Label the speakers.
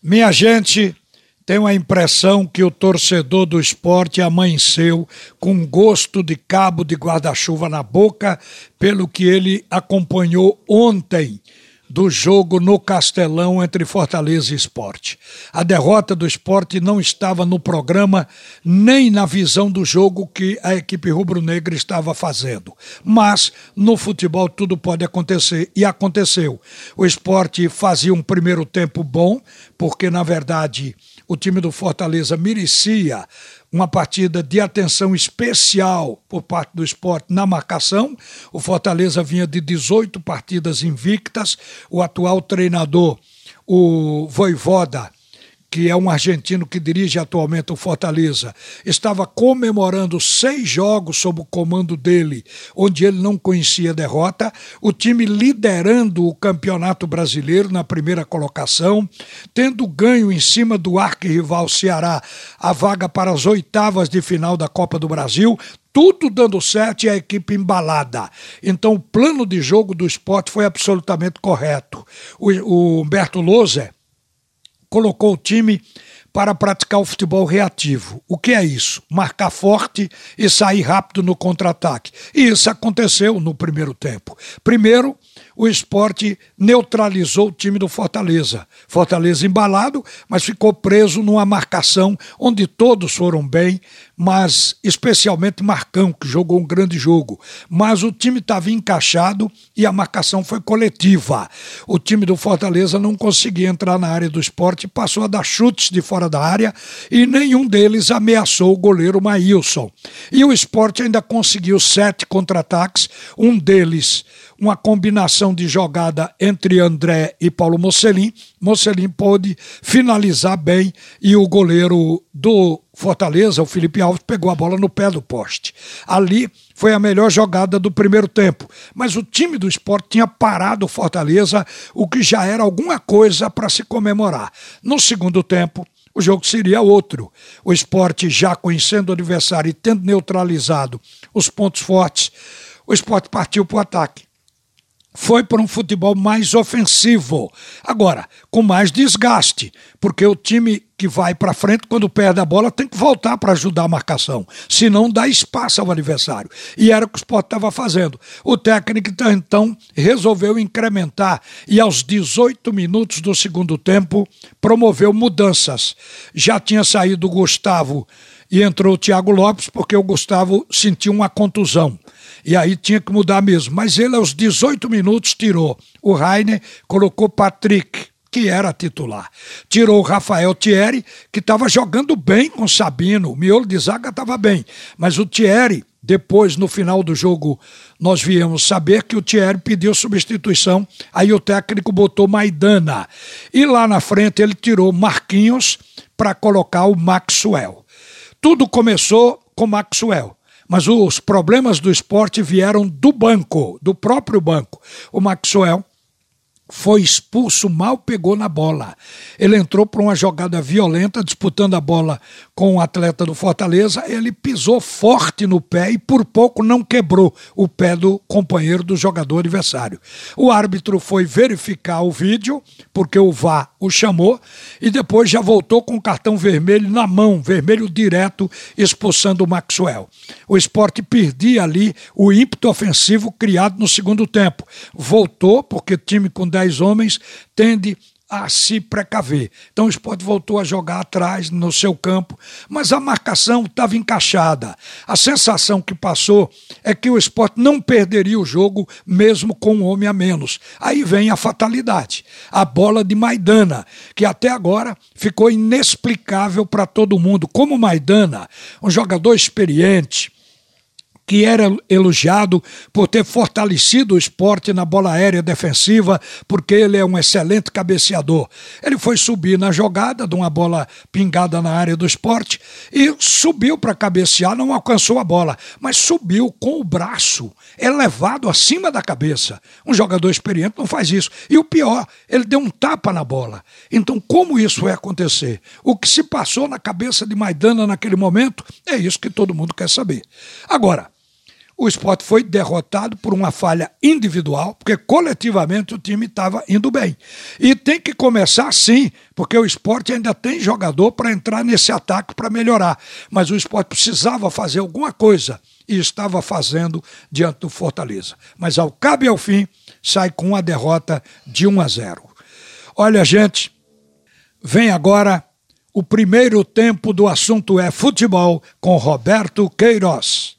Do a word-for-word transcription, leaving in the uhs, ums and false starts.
Speaker 1: Minha gente, tenho a impressão que o torcedor do esporte amanheceu com gosto de cabo de guarda-chuva na boca, pelo que ele acompanhou ontem do jogo no Castelão entre Fortaleza e Sport. A derrota do Sport não estava no programa nem na visão do jogo que a equipe rubro-negra estava fazendo. Mas no futebol tudo pode acontecer e aconteceu. O Sport fazia um primeiro tempo bom, porque na verdade o time do Fortaleza merecia uma partida de atenção especial por parte do Sport na marcação. O Fortaleza vinha de dezoito partidas invictas. O atual treinador, o Vojvoda, que é um argentino que dirige atualmente o Fortaleza, estava comemorando seis jogos sob o comando dele, onde ele não conhecia derrota, o time liderando o Campeonato Brasileiro na primeira colocação, tendo ganho em cima do arquirrival Ceará a vaga para as oitavas de final da Copa do Brasil, tudo dando certo e a equipe embalada. Então o plano de jogo do Sport foi absolutamente correto. O, o Humberto Louser colocou o time para praticar o futebol reativo. O que é isso? Marcar forte e sair rápido no contra-ataque. E isso aconteceu no primeiro tempo. Primeiro, o Sport neutralizou o time do Fortaleza. Fortaleza embalado, mas ficou preso numa marcação onde todos foram bem, mas especialmente Marcão, que jogou um grande jogo. Mas o time estava encaixado e a marcação foi coletiva. O time do Fortaleza não conseguia entrar na área do Sport, passou a dar chutes de fora da área e nenhum deles ameaçou o goleiro Maílson. E o Sport ainda conseguiu sete contra-ataques, um deles uma combinação de jogada entre André e Paulo Mocelin. Mocelin pôde finalizar bem e o goleiro do Fortaleza, o Felipe Alves, pegou a bola no pé do poste. Ali foi a melhor jogada do primeiro tempo, mas o time do Sport tinha parado o Fortaleza, o que já era alguma coisa para se comemorar. No segundo tempo, o jogo seria outro. O Sport, já conhecendo o adversário e tendo neutralizado os pontos fortes, o Sport partiu para o ataque. Foi para um futebol mais ofensivo, agora com mais desgaste, porque o time que vai para frente quando perde a bola tem que voltar para ajudar a marcação, senão dá espaço ao adversário, e era o que o Sport estava fazendo. O técnico então resolveu incrementar e aos dezoito minutos do segundo tempo promoveu mudanças. Já tinha saído o Gustavo e entrou o Thiago Lopes, porque o Gustavo sentiu uma contusão. E aí tinha que mudar mesmo. Mas ele, aos dezoito minutos, tirou o Rainer, colocou Patrick, que era titular. Tirou o Rafael Thierry, que estava jogando bem com o Sabino. O miolo de zaga estava bem. Mas o Thierry, depois, no final do jogo, nós viemos saber que o Thierry pediu substituição. Aí o técnico botou Maidana. E lá na frente ele tirou Marquinhos para colocar o Maxwell. Tudo começou com Maxwell. Mas os problemas do Sport vieram do banco, do próprio banco. O Maxwell foi expulso, mal pegou na bola. Ele entrou para uma jogada violenta, disputando a bola com o atleta do Fortaleza. Ele pisou forte no pé e por pouco não quebrou o pé do companheiro do jogador adversário. O árbitro foi verificar o vídeo, porque o V A R o chamou, e depois já voltou com o cartão vermelho na mão, vermelho direto, expulsando o Maxwell. O Sport perdia ali o ímpeto ofensivo criado no segundo tempo. Voltou, porque time com dez homens tende a se precaver. Então o Sport voltou a jogar atrás no seu campo, mas a marcação estava encaixada. A sensação que passou é que o Sport não perderia o jogo mesmo com um homem a menos. Aí vem a fatalidade, a bola de Maidana, que até agora ficou inexplicável para todo mundo. Como Maidana, um jogador experiente, que era elogiado por ter fortalecido o Sport na bola aérea defensiva, porque ele é um excelente cabeceador. Ele foi subir na jogada de uma bola pingada na área do Sport e subiu para cabecear, não alcançou a bola, mas subiu com o braço elevado acima da cabeça. Um jogador experiente não faz isso. E o pior, ele deu um tapa na bola. Então, como isso vai acontecer? O que se passou na cabeça de Maidana naquele momento é isso que todo mundo quer saber. Agora, O Sport foi derrotado por uma falha individual, porque coletivamente o time estava indo bem. E tem que começar sim, porque o Sport ainda tem jogador para entrar nesse ataque para melhorar. Mas o Sport precisava fazer alguma coisa e estava fazendo diante do Fortaleza. Mas ao cabo e ao fim, sai com uma derrota de um a zero. Olha, gente, vem agora o primeiro tempo do Assunto é Futebol com Roberto Queiroz.